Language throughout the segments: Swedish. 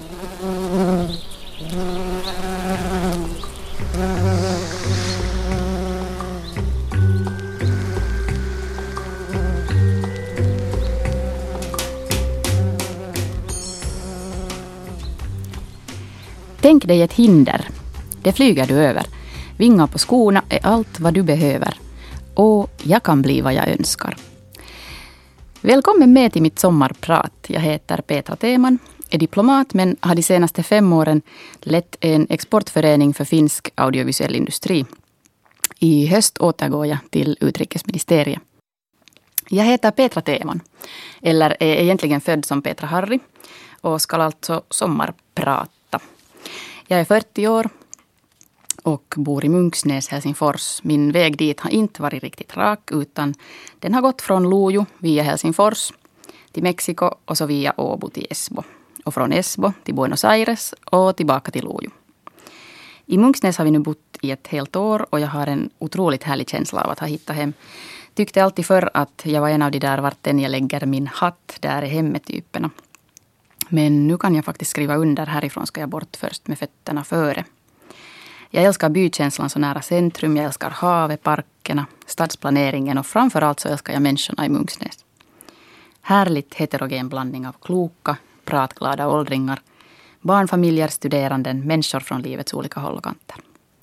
Tänk dig ett hinder. Det flyger du över. Vingar på skorna är allt vad du behöver. Och jag kan bli vad jag önskar. Välkommen med till mitt sommarprat. Jag heter Petra Teman, är diplomat men har de senaste 5 åren lett en exportförening för finsk audiovisuell industri. I höst återgår jag till utrikesministeriet. Jag heter Petra Teman, eller är egentligen född som Petra Harry och ska alltså sommarprata. Jag är 40 år och bor i Munksnäs, Helsingfors. Min väg dit har inte varit riktigt rak utan den har gått från Lojo via Helsingfors till Mexiko och så via Åbo till Esbo. Och från Esbo till Buenos Aires och tillbaka till Lojo. I Munksnäs har vi nu bott i ett helt år och jag har en otroligt härlig känsla av att ha hittat hem. Tyckte alltid förr att jag var en av de där varten jag lägger min hatt, där är hemmetyperna. Men nu kan jag faktiskt skriva under, härifrån ska jag bort först med fötterna före. Jag älskar bykänslan så nära centrum, jag älskar havet, parkerna, stadsplaneringen och framförallt så älskar jag människorna i Munksnäs. Härligt heterogen blandning av kloka, pratglada åldringar, barnfamiljer, studeranden, människor från livets olika håll och kanter.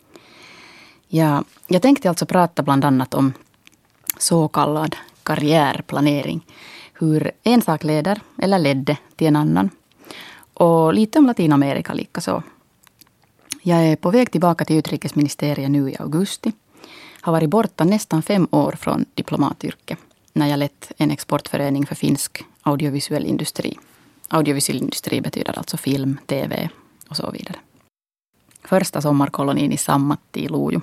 Ja, jag tänkte alltså prata bland annat om så kallad karriärplanering. Hur en sak leder eller ledde till en annan. Och lite om Latinamerika likaså. Jag är på väg tillbaka till utrikesministeriet nu i augusti. Har varit borta nästan 5 år från diplomatyrke. När jag lett en exportförening för finsk audiovisuell industri. Audiovisuell industri betyder alltså film, tv och så vidare. Första sommarkolonin i Sammatti i Lojo.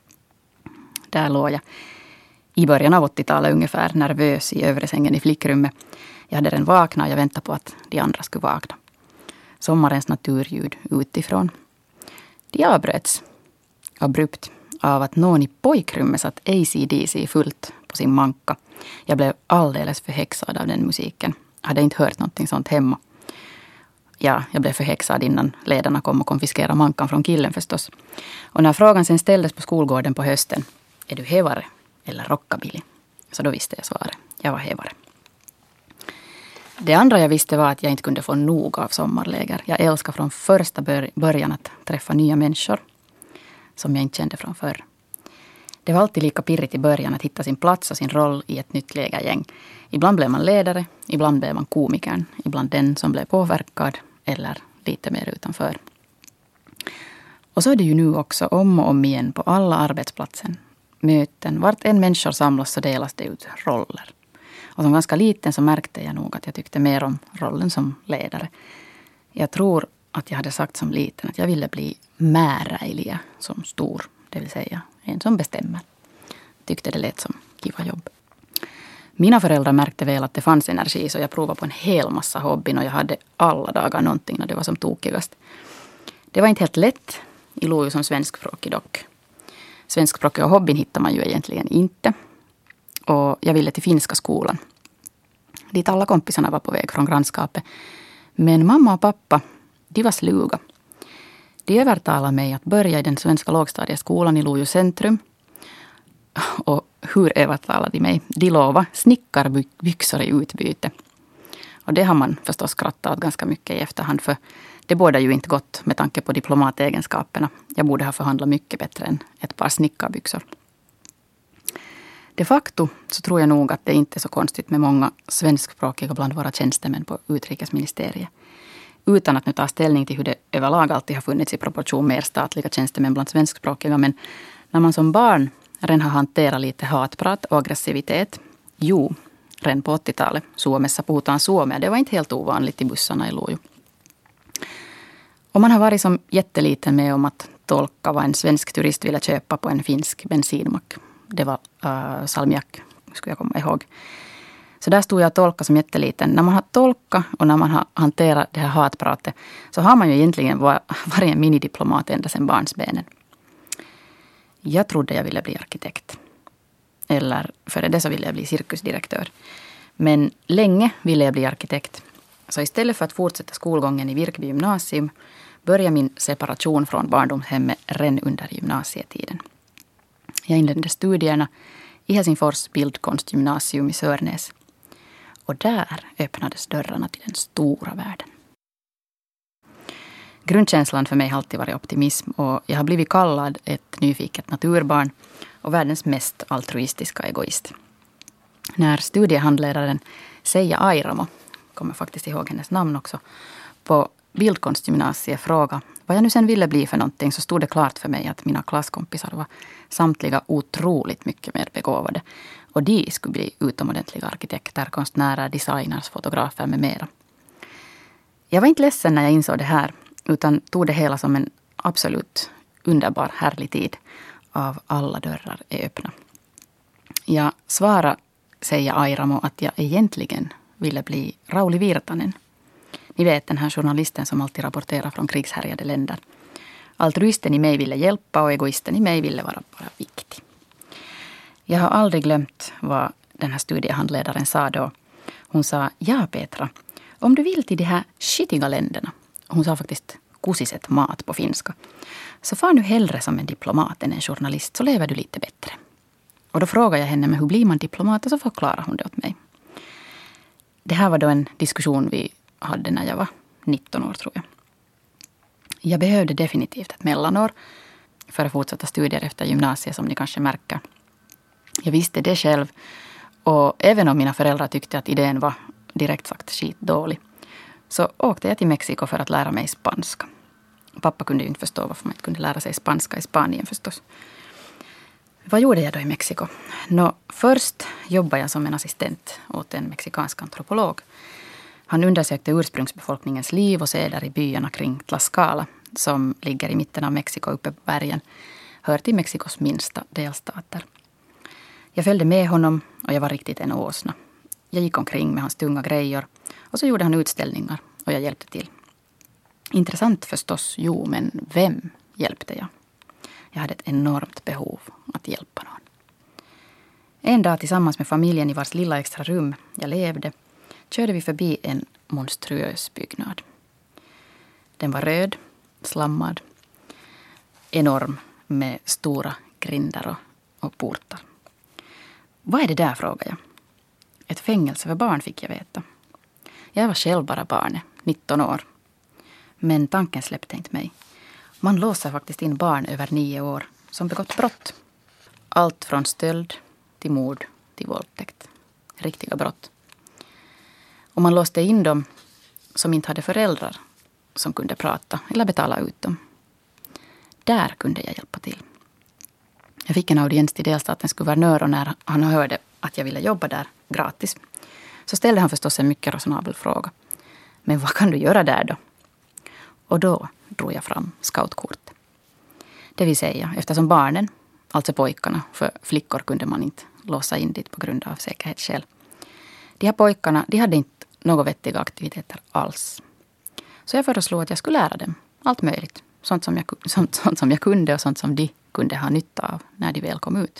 Där låg jag i början av 80-talet ungefär nervös i övre sängen i flickrummet. Jag hade den vakna och jag väntade på att de andra skulle vakna. Sommarens naturljud utifrån. De avbröts abrupt av att någon i pojkrummet satt AC/DC fullt på sin manka. Jag blev alldeles förhäxad av den musiken. Jag hade inte hört någonting sånt hemma. Ja, jag blev förhäxad innan ledarna kom och konfiskerade mankan från killen förstås. Och när frågan sen ställdes på skolgården på hösten, är du hävare eller rockabilly? Så då visste jag svaret. Jag var hävare. Det andra jag visste var att jag inte kunde få nog av sommarläger. Jag älskar från första början att träffa nya människor som jag inte kände från förr. Det var alltid lika pirrigt i början att hitta sin plats och sin roll i ett nytt lägergäng. Ibland blev man ledare, ibland blev man komikern, ibland den som blev påverkad eller lite mer utanför. Och så är det ju nu också om och om igen på alla arbetsplatser. Möten, vart en människor samlas så delas det ut roller. Och som ganska liten så märkte jag nog att jag tyckte mer om rollen som ledare. Jag tror att jag hade sagt som liten att jag ville bli määräilijä som stor, det vill säga en som bestämmer. Tyckte det lät som kiva jobb. Mina föräldrar märkte väl att det fanns energi så jag provade på en hel massa hobbyn och jag hade alla dagar någonting när det var som tokigast. Det var inte helt lätt i Lojo som svenskspråkig dock. Svenskspråkiga och hobbyn hittar man ju egentligen inte. Och jag ville till finska skolan. Dit alla kompisarna var på väg från grannskapet. Men mamma och pappa, de var sluga. De övertalade mig att börja i den svenska lågstadieskolan i Lojo centrum. Och hur övertalade de mig? De lovade snickarbyxor i utbyte. Och det har man förstås skrattat åt ganska mycket i efterhand för det borde ju inte gått med tanke på diplomategenskaperna. Jag borde ha förhandlat mycket bättre än ett par snickarbyxor. De facto så tror jag nog att det inte är så konstigt med många svenskspråkiga bland våra tjänstemän på utrikesministeriet. Utan att nu ta ställning till hur det överlag alltid har funnits i proportion mer statliga tjänstemän bland svenskspråkiga. Men när man som barn redan har hanterat lite hatprat och aggressivitet. Jo, redan på 80-talet. Suomessa puhutaan suomea. Det var inte helt ovanligt i bussarna i Lojo. Och man har varit som jätteliten med om att tolka vad en svensk turist ville köpa på en finsk bensinmack. Det var salmiak, skulle jag komma ihåg. Så där stod jag och tolkade som jätteliten. När man har tolkat och när man har hanterat det här hatpratet så har man ju egentligen varit en minidiplomat ända sedan barnsbenen. Jag trodde jag ville bli arkitekt. Eller före det så ville jag bli cirkusdirektör. Men länge ville jag bli arkitekt. Så istället för att fortsätta skolgången i Virkby gymnasium började min separation från barndomshemmet redan under gymnasietiden. Jag inledde studierna i Helsingfors bildkonstgymnasium i Sörnäs. Och där öppnades dörrarna till den stora världen. Grundkänslan för mig har alltid varit optimism och jag har blivit kallad ett nyfiket naturbarn och världens mest altruistiska egoist. När studiehandledaren Seija Airamo, kommer faktiskt ihåg hennes namn också, på bildkonstgymnasiet frågade vad jag nu sen ville bli för någonting, så stod det klart för mig att mina klasskompisar var samtliga otroligt mycket mer begåvade. Och de skulle bli utomordentliga arkitekter, konstnärer, designers, fotografer med mera. Jag var inte ledsen när jag insåg det här, utan tog det hela som en absolut underbar, härlig tid av alla dörrar är öppna. Jag svarade Seija Airamo att jag egentligen ville bli Rauli Virtanen. Ni vet, den här journalisten som alltid rapporterar från krigshärjade länder. Altruisten i mig ville hjälpa och egoisten i mig ville vara bara viktig. Jag har aldrig glömt vad den här studiehandledaren sa då. Hon sa, ja Petra, om du vill till de här skitiga länderna, hon sa faktiskt kusiset mat på finska, så far nu hellre som en diplomat än en journalist, så lever du lite bättre. Och då frågade jag henne, men hur blir man diplomat? Och så förklarade hon det åt mig. Det här var då en diskussion vi hade när jag var 19 år, tror jag. Jag behövde definitivt ett mellanår för att fortsätta studier efter gymnasiet, som ni kanske märker. Jag visste det själv, och även om mina föräldrar tyckte att idén var direkt sagt skitdålig, så åkte jag till Mexiko för att lära mig spanska. Pappa kunde ju inte förstå varför man inte kunde lära sig spanska i Spanien förstås. Vad gjorde jag då i Mexiko? Först jobbade jag som en assistent åt en mexikansk antropolog. Han undersökte ursprungsbefolkningens liv och seder i byarna kring Tlaxcala, som ligger i mitten av Mexiko uppe på bergen, hör till Mexikos minsta delstater. Jag följde med honom och jag var riktigt en åsna. Jag gick omkring med hans tunga grejer och så gjorde han utställningar och jag hjälpte till. Intressant förstås, men vem hjälpte jag? Jag hade ett enormt behov att hjälpa någon. En dag tillsammans med familjen i vars lilla extra rum jag levde körde vi förbi en monstruös byggnad. Den var röd, slammad, enorm med stora grindar och portar. Vad är det där, frågade jag. Ett fängelse för barn, fick jag veta. Jag var själv bara barnet, 19 år. Men tanken släppte inte mig. Man låser faktiskt in barn över 9 år som begått brott. Allt från stöld till mord till våldtäkt. Riktiga brott. Och man låste in dem som inte hade föräldrar som kunde prata eller betala ut dem. Där kunde jag hjälpa till. Jag fick en audiens till delstatens guvernör, och när han hörde att jag ville jobba där gratis så ställde han förstås en mycket resonabel fråga. Men vad kan du göra där då? Och då drog jag fram scoutkortet. Det vill säga, eftersom barnen, alltså pojkarna, för flickor kunde man inte låsa in dit på grund av säkerhetsskäl. De här pojkarna, de hade inte några vettiga aktiviteter alls. Så jag föreslog att jag skulle lära dem allt möjligt. Sånt som jag kunde och sånt som de kunde ha nytta av när de väl kom ut.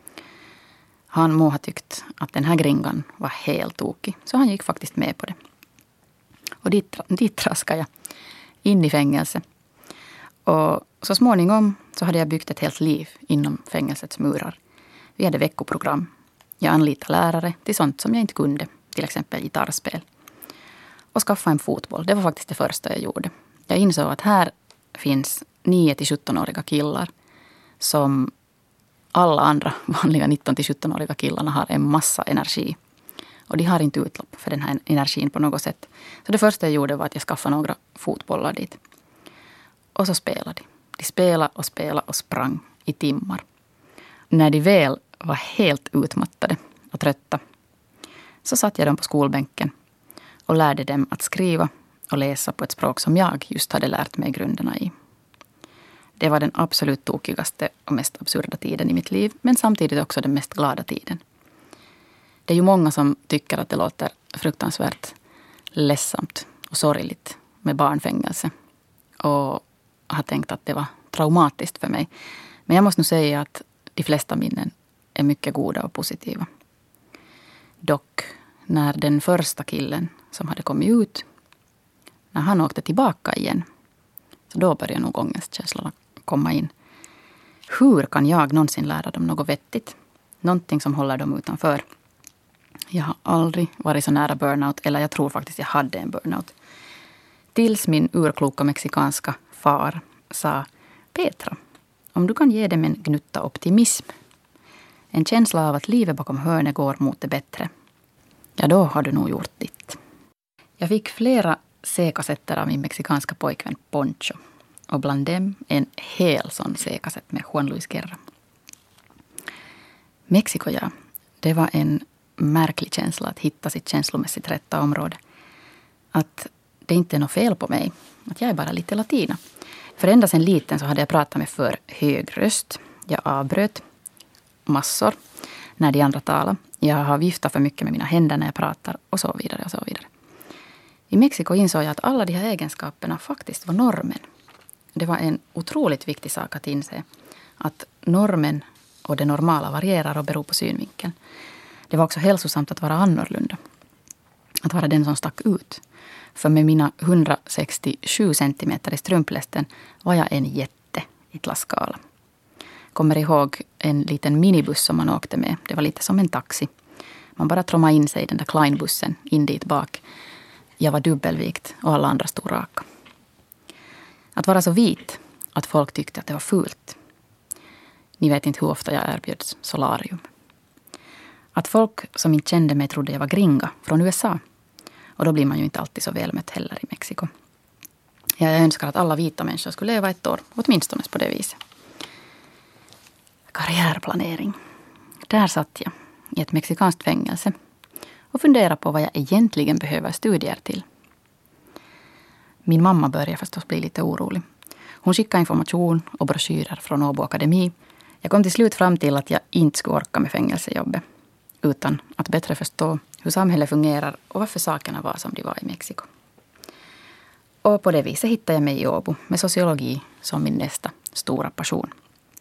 Han må ha tyckt att den här gringan var helt tokig, så han gick faktiskt med på det. Och dit traskade jag in i fängelse. Och så småningom så hade jag byggt ett helt liv inom fängelsets murar. Vi hade veckoprogram. Jag anlitade lärare till sånt som jag inte kunde, till exempel gitarrspel. Och skaffa en fotboll. Det var faktiskt det första jag gjorde. Jag insåg att här finns 9-17-åriga killar som alla andra vanliga 19-17-åriga killarna har en massa energi. Och de har inte utlopp för den här energin på något sätt. Så det första jag gjorde var att jag skaffade några fotbollar dit. Och så spelade de. De spelade och sprang i timmar. När de väl var helt utmattade och trötta så satt jag dem på skolbänken och lärde dem att skriva och läsa på ett språk som jag just hade lärt mig grunderna i. Det var den absolut tokigaste och mest absurda tiden i mitt liv, men samtidigt också den mest glada tiden. Det är ju många som tycker att det låter fruktansvärt ledsamt och sorgligt med barnfängelse och har tänkt att det var traumatiskt för mig. Men jag måste nog säga att de flesta minnen är mycket goda och positiva. Dock, när den första killen som hade kommit ut när han åkte tillbaka igen. Så då började nog ångestkänslorna komma in. Hur kan jag någonsin lära dem något vettigt? Någonting som håller dem utanför. Jag har aldrig varit så nära burnout, eller jag tror faktiskt jag hade en burnout. Tills min urkloka mexikanska far sa: Petra, om du kan ge dem en gnutta optimism, en känsla av att livet bakom hörnet går mot det bättre, ja då har du nog gjort ditt. Jag fick flera C-kassetter av min mexikanska pojkvän Poncho. Och bland dem en hel sån C-kassett med Juan Luis Guerra. Mexiko, ja. Det var en märklig känsla att hitta sitt känslomässigt rätta område. Att det inte är något fel på mig. Att jag är bara lite latina. För ända sedan liten så hade jag pratat med för hög röst. Jag avbröt massor när de andra talade. Jag har viftat för mycket med mina händer när jag pratar och så vidare och så vidare. I Mexiko insåg jag att alla de här egenskaperna faktiskt var normen. Det var en otroligt viktig sak att inse att normen och det normala varierar och beror på synvinkeln. Det var också hälsosamt att vara annorlunda. Att vara den som stack ut. För med mina 167 centimeter i strumplästen var jag en jätte i klasskala. Kommer ihåg en liten minibuss som man åkte med. Det var lite som en taxi. Man bara trommade in sig i den där Kleinbussen in dit bak. Jag var dubbelvikt och alla andra stod raka. Att vara så vit att folk tyckte att det var fult. Ni vet inte hur ofta jag erbjöds solarium. Att folk som inte kände mig trodde jag var gringa från USA. Och då blir man ju inte alltid så välmött heller i Mexiko. Jag önskar att alla vita människor skulle leva ett år, åtminstone på det viset. Karriärplanering. Där satt jag i ett mexikanskt fängelse och funderade på vad jag egentligen behöver studier till. Min mamma började förstås bli lite orolig. Hon skickade information och broschyrer från Åbo Akademi. Jag kom till slut fram till att jag inte skulle orka med fängelsejobbet. Utan att bättre förstå hur samhället fungerar och varför sakerna var som de var i Mexiko. Och på det viset hittade jag mig i Åbo med sociologi som min nästa stora passion.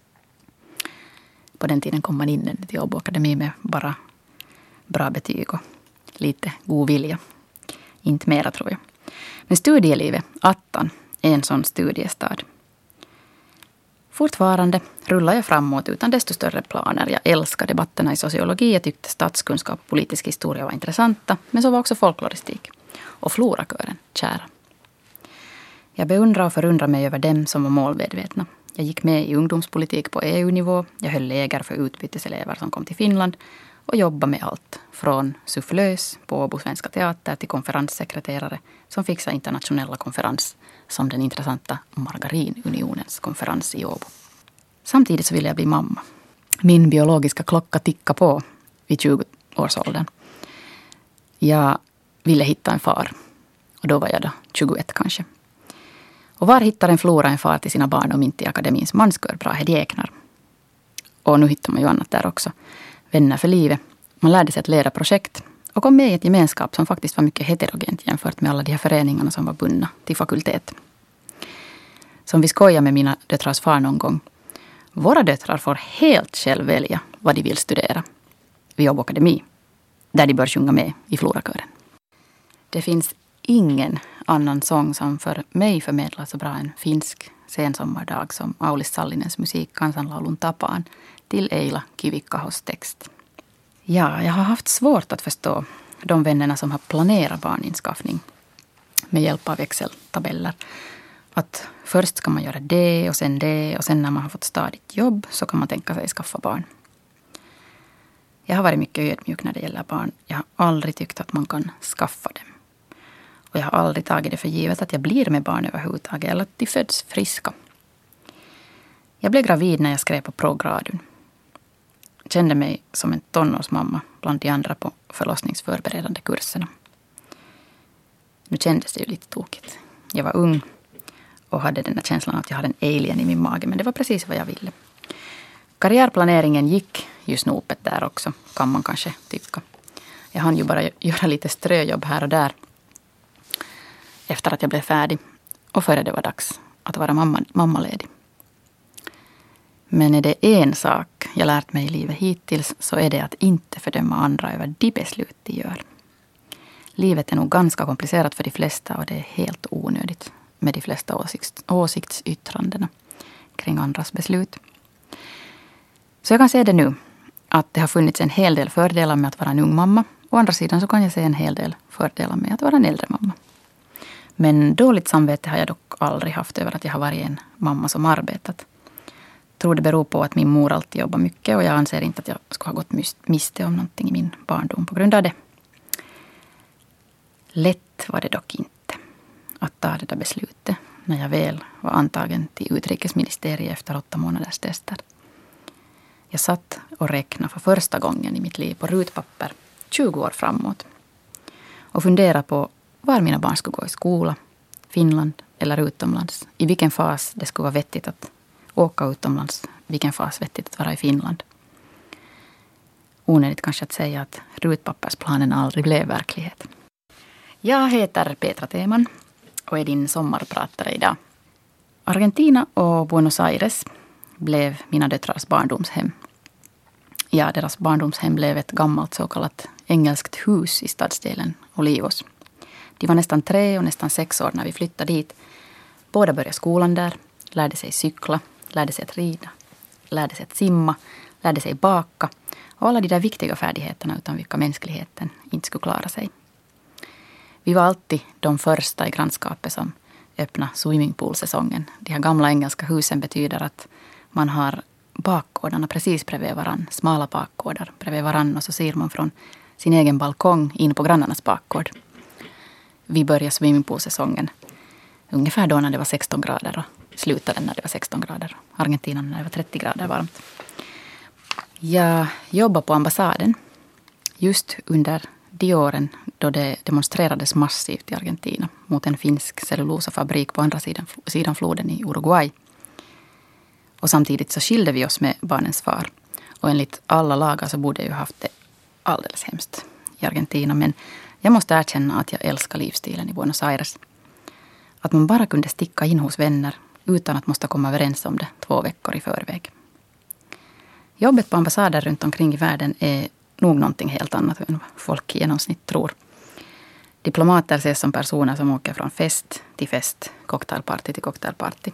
På den tiden kom man in till Åbo Akademi med bara bra betyg och lite god vilja. Inte mera tror jag. Men studielivet, Attan, är en sån studiestad. Fortfarande rullar jag framåt utan desto större planer. Jag älskar debatterna i sociologi. Jag tyckte statskunskap och politisk historia var intressanta. Men så var också folkloristik. Och florakören, kära. Jag beundrar och förundrar mig över dem som var målmedvetna. Jag gick med i ungdomspolitik på EU-nivå. Jag höll läger för utbyteselever som kom till Finland. Och jobbade med allt. Från sufflös på Åbo Svenska Teater till konferenssekreterare som fixade internationella konferens som den intressanta Margarinunionens konferens i Åbo. Samtidigt så ville jag bli mamma. Min biologiska klocka tickade på vid 20-årsåldern. Jag ville hitta en far. Och då var jag 21 kanske. Och var hittar en flora en far till sina barn om inte i akademins manskör Brahe Djeknar. Och nu hittar man ju annat där också. Vänner för livet. Man lärde sig att leda projekt och kom med i ett gemenskap som faktiskt var mycket heterogent jämfört med alla de här föreningarna som var bundna till fakultet. Som vi skojar med mina döttrars far någon gång. Våra döttrar får helt själv välja vad de vill studera vid Åbo Akademi, där de bör sjunga med i florakören. Det finns ingen annan sång som för mig förmedlar så bra en finsk sensommardag som Aulis Sallinens musik Kansanlaulun tapaan till Eila Kivikkahos text. Ja, jag har haft svårt att förstå de vännerna som har planerat barninskaffning med hjälp av Excel-tabeller. Att först ska man göra det och sen när man har fått stadigt jobb så kan man tänka sig skaffa barn. Jag har varit mycket ödmjuk när det gäller barn. Jag har aldrig tyckt att man kan skaffa dem. Och jag har aldrig tagit det för givet att jag blir med barn överhuvudtaget eller att de föds friska. Jag blev gravid när jag skrev på progradun. Kände mig som en tonårsmamma bland de andra på förlossningsförberedande kurserna. Nu kändes det ju lite tokigt. Jag var ung och hade den där känslan att jag hade en alien i min mage, men det var precis vad jag ville. Karriärplaneringen gick ju snopet där också, kan man kanske tycka. Jag hann ju bara göra lite ströjobb här och där efter att jag blev färdig och före det var dags att vara mammaledig. Men är det en sak jag lärt mig i livet hittills så är det att inte fördöma andra över de beslut de gör. Livet är nog ganska komplicerat för de flesta och det är helt onödigt med de flesta åsiktsyttrandena kring andras beslut. Så jag kan se det nu, att det har funnits en hel del fördelar med att vara en ung mamma. Å andra sidan så kan jag se en hel del fördelar med att vara en äldre mamma. Men dåligt samvete har jag dock aldrig haft över att jag har varit en mamma som arbetat. Jag tror det beror på att min mor alltid jobbar mycket och jag anser inte att jag skulle ha gått miste om någonting i min barndom på grund av det. Lätt var det dock inte att ta det där beslutet när jag väl var antagen till utrikesministeriet efter 8 månaders tester. Jag satt och räknade för första gången i mitt liv på rutpapper 20 år framåt och funderade på var mina barn skulle gå i skola, Finland eller utomlands. I vilken fas det skulle vara vettigt att åka utomlands, vilken fas vettigt att vara i Finland. Onödigt kanske att säga att rutpappersplanen aldrig blev verklighet. Jag heter Petra Teman och är din sommarpratare idag. Argentina och Buenos Aires blev mina döttrars barndomshem. Ja, deras barndomshem blev ett gammalt så kallat engelskt hus i stadsdelen Olivos. De var nästan 3 och nästan 6 år när vi flyttade dit. Båda började skolan där, lärde sig cykla, lärde sig att rida, lärde sig att simma, lärde sig baka och alla de där viktiga färdigheterna utan vilka mänskligheten inte skulle klara sig. Vi var alltid de första i grannskapet som öppnade swimmingpoolsäsongen. De här gamla engelska husen betyder att man har bakgårdarna precis bredvid varann, smala bakgårdar bredvid varann och så ser man från sin egen balkong in på grannarnas bakgård. Vi började swimmingpoolsäsongen ungefär då när det var 16 grader och slutade när det var 16 grader. Argentina när det var 30 grader varmt. Jag jobbade på ambassaden just under de åren då det demonstrerades massivt i Argentina mot en finsk cellulosafabrik på andra sidan floden i Uruguay. Och samtidigt så skilde vi oss med barnens far. Och enligt alla lagar så borde jag ju haft det alldeles hemskt i Argentina. Men jag måste erkänna att jag älskar livsstilen i Buenos Aires. Att man bara kunde sticka in hos vänner utan att måste komma överens om det 2 veckor i förväg. Jobbet på ambassader runt omkring i världen är nog någonting helt annat än vad folk i genomsnitt tror. Diplomater ses som personer som åker från fest till fest, cocktailparty till cocktailparty.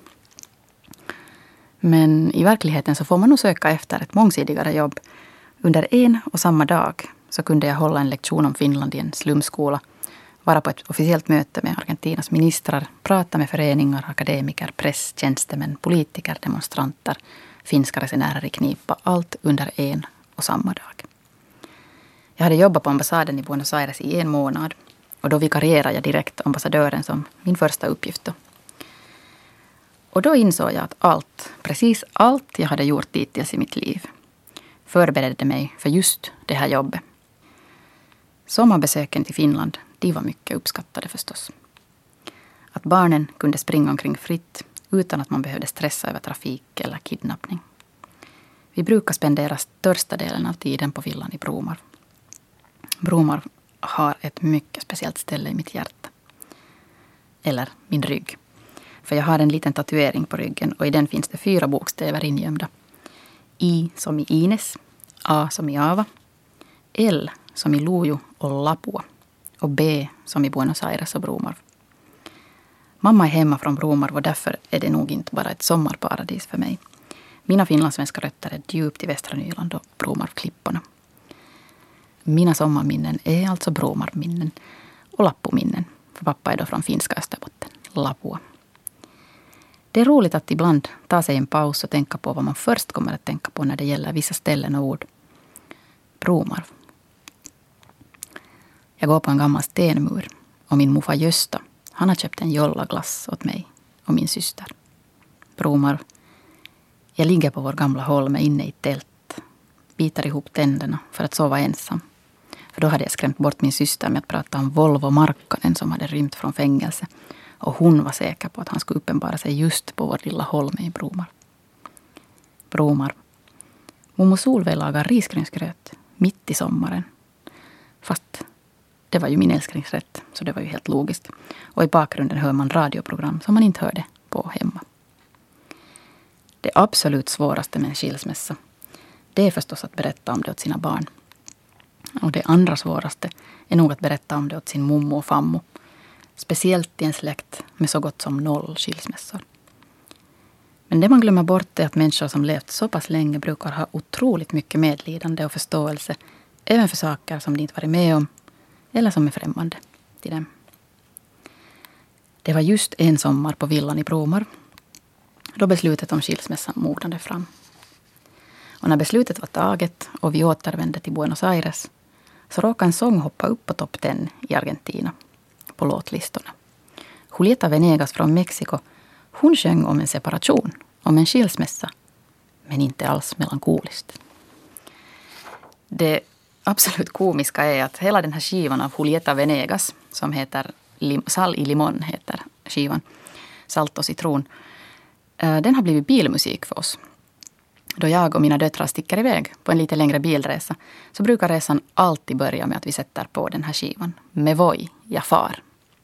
Men i verkligheten så får man nog söka efter ett mångsidigare jobb. Under en och samma dag så kunde jag hålla en lektion om Finland i en slumskola, vara på ett officiellt möte med Argentinas ministrar, prata med föreningar, akademiker, press, tjänstemän, politiker, demonstranter, finska resenärer i knipa, allt under en och samma dag. Jag hade jobbat på ambassaden i Buenos Aires i 1 månad och då vikarierade jag direkt ambassadören som min första uppgift då. Och då insåg jag att precis allt jag hade gjort dittills i mitt liv förberedde mig för just det här jobbet. Sommarbesöken till Finland, de var mycket uppskattade förstås. Att barnen kunde springa omkring fritt utan att man behövde stressa över trafik eller kidnappning. Vi brukar spendera största delen av tiden på villan i Bromarv. Bromarv har ett mycket speciellt ställe i mitt hjärta. Eller min rygg. För jag har en liten tatuering på ryggen och i den finns det 4 bokstäver ingömda. I som i Ines, A som i Ava, L som i Lojo och Lapua och B som i Buenos Aires och Bromarv. Mamma är hemma från Bromarv och därför är det nog inte bara ett sommarparadis för mig. Mina finlandssvenska rötter är djupt i västra Nyland och Bromarvklipporna. Mina sommarminnen är alltså Bromarvminnen och Lappuminnen. För pappa är då från finska Österbotten, Lapua. Det är roligt att ibland ta sig en paus och tänka på vad man först kommer att tänka på när det gäller vissa ställen och ord. Bromarv. Jag går på en gammal stenmur och min morfar Gösta, han har köpt en jollaglass åt mig och min syster. Bromarv. Jag ligger på vår gamla holme inne i tält. Biter ihop tänderna för att sova ensam. För då hade jag skrämt bort min syster med att prata om Volvo Markkanen som hade rymt från fängelse. Och hon var säker på att han skulle uppenbara sig just på vår lilla holme i Bromarv. Bromarv. Momo Solveig lagar risgrynsgröt mitt i sommaren. Fast det var ju min älsklingsrätt, så det var ju helt logiskt. Och i bakgrunden hör man radioprogram som man inte hörde på hemma. Det absolut svåraste med en skilsmässa, det är förstås att berätta om det åt sina barn. Och det andra svåraste är nog att berätta om det åt sin mommo och fammo. Speciellt i en släkt med så gott som 0 skilsmässor. Men det man glömmer bort är att människor som levt så pass länge brukar ha otroligt mycket medlidande och förståelse även för saker som de inte varit med om eller som är främmande till dem. Det var just en sommar på villan i Bromar då beslutet om skilsmässan mognade fram. Och när beslutet var taget och vi återvände till Buenos Aires så råkade en sång hoppa upp på topp 10 i Argentina på låtlistorna. Julieta Venegas från Mexiko, hon sjöng om en separation, om en skilsmässa, men inte alls melankoliskt. Det absolut komiska är att hela den här skivan av Julieta Venegas, som heter Sal y Limon heter skivan, Salt och citron, den har blivit bilmusik för oss. Då jag och mina döttrar sticker iväg på en lite längre bilresa så brukar resan alltid börja med att vi sätter på den här skivan. Med Voi, jag far.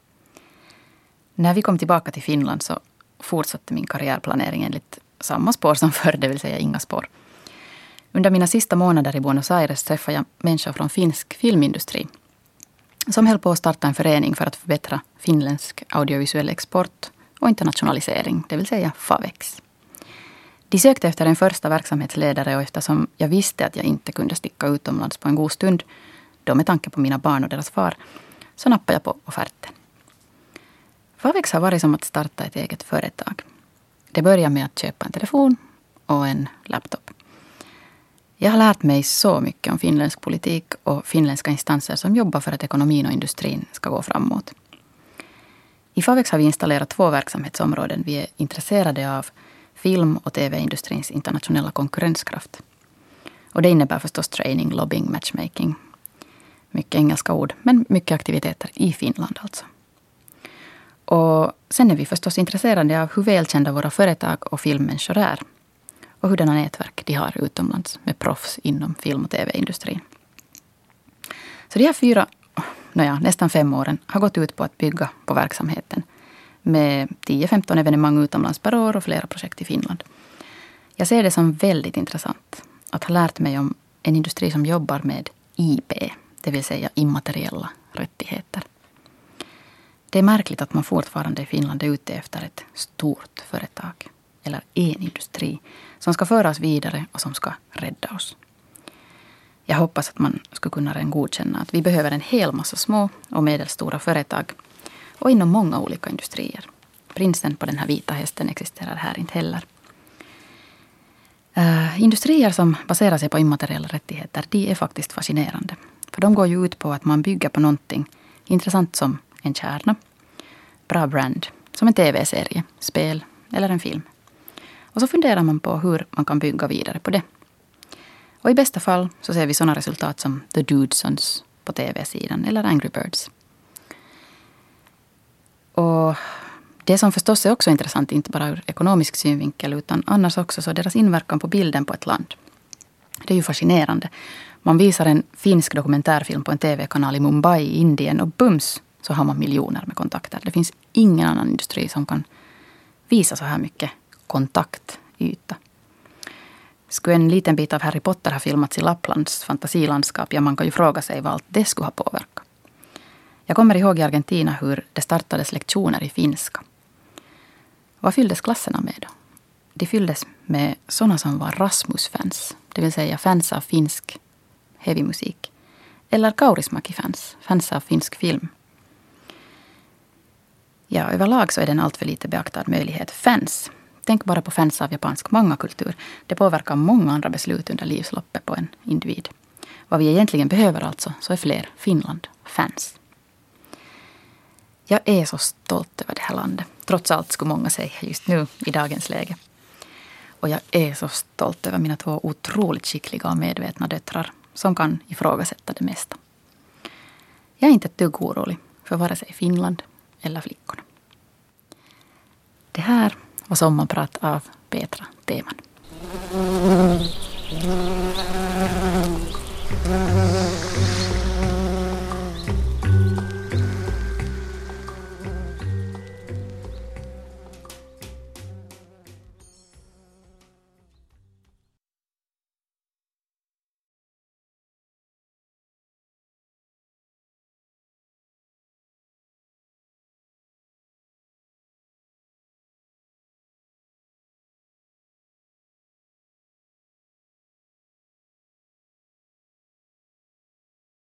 När vi kom tillbaka till Finland så fortsatte min karriärplanering enligt samma spår som förr, det vill säga inga spår. Under mina sista månader i Buenos Aires träffade jag människor från finsk filmindustri som höll på att starta en förening för att förbättra finländsk audiovisuell export och internationalisering, det vill säga FAVEX. De sökte efter en första verksamhetsledare och eftersom jag visste att jag inte kunde sticka utomlands på en god stund, då med tanke på mina barn och deras far, så nappade jag på offerten. FAVEX har varit som att starta ett eget företag. Det börjar med att köpa en telefon och en laptop. Jag har lärt mig så mycket om finländsk politik och finländska instanser som jobbar för att ekonomin och industrin ska gå framåt. I FAVEX har vi installerat 2 verksamhetsområden vi är intresserade av: film- och tv-industrins internationella konkurrenskraft. Och det innebär förstås training, lobbying, matchmaking. Mycket engelska ord, men mycket aktiviteter i Finland alltså. Och sen är vi förstås intresserade av hur välkända våra företag och filmmänniskor är. Och hurdana nätverk de har utomlands med proffs inom film- och tv-industrin. Så de här nästan 5 åren har gått ut på att bygga på verksamheten med 10-15 evenemang utomlands per år och flera projekt i Finland. Jag ser det som väldigt intressant att ha lärt mig om en industri som jobbar med IP, det vill säga immateriella rättigheter. Det är märkligt att man fortfarande i Finland är ute efter ett stort företag eller en industri som ska föra oss vidare och som ska rädda oss. Jag hoppas att man ska kunna godkänna att vi behöver en hel massa små och medelstora företag och inom många olika industrier. Prinsen på den här vita hästen existerar här inte heller. Industrier som baserar sig på immateriella rättigheter, de är faktiskt fascinerande. För de går ju ut på att man bygger på någonting intressant som en kärna, bra brand, som en tv-serie, spel eller en film. Och så funderar man på hur man kan bygga vidare på det. Och i bästa fall så ser vi sådana resultat som The Dudesons på tv-sidan eller Angry Birds. Och det som förstås är också intressant, inte bara ur ekonomisk synvinkel utan annars också så deras inverkan på bilden på ett land. Det är ju fascinerande. Man visar en finsk dokumentärfilm på en tv-kanal i Mumbai i Indien och bums så har man miljoner med kontakter. Det finns ingen annan industri som kan visa så här mycket kontaktyta. Skulle en liten bit av Harry Potter ha filmats i Lapplands fantasilandskap, ja man kan ju fråga sig vad allt det skulle ha påverkat. Jag kommer ihåg i Argentina hur det startades lektioner i finska. Vad fylldes klasserna med då? De fylldes med sådana som var Rasmus-fans, det vill säga fans av finsk heavymusik. Eller Kaurismäki-fans, fans av finsk film. Ja, överlag så är det en allt för lite beaktad möjlighet. Fans. Tänk bara på fans av japansk mangakultur. Det påverkar många andra beslut under livsloppet på en individ. Vad vi egentligen behöver alltså så är fler Finland-fans. Jag är så stolt över det här landet. Trots allt skulle många säga just nu i dagens läge. Och jag är så stolt över mina 2 otroligt skickliga och medvetna döttrar som kan ifrågasätta det mesta. Jag är inte ett dugg orolig för vare sig Finland eller flickorna. Det här var sommarprat av Petra Teman.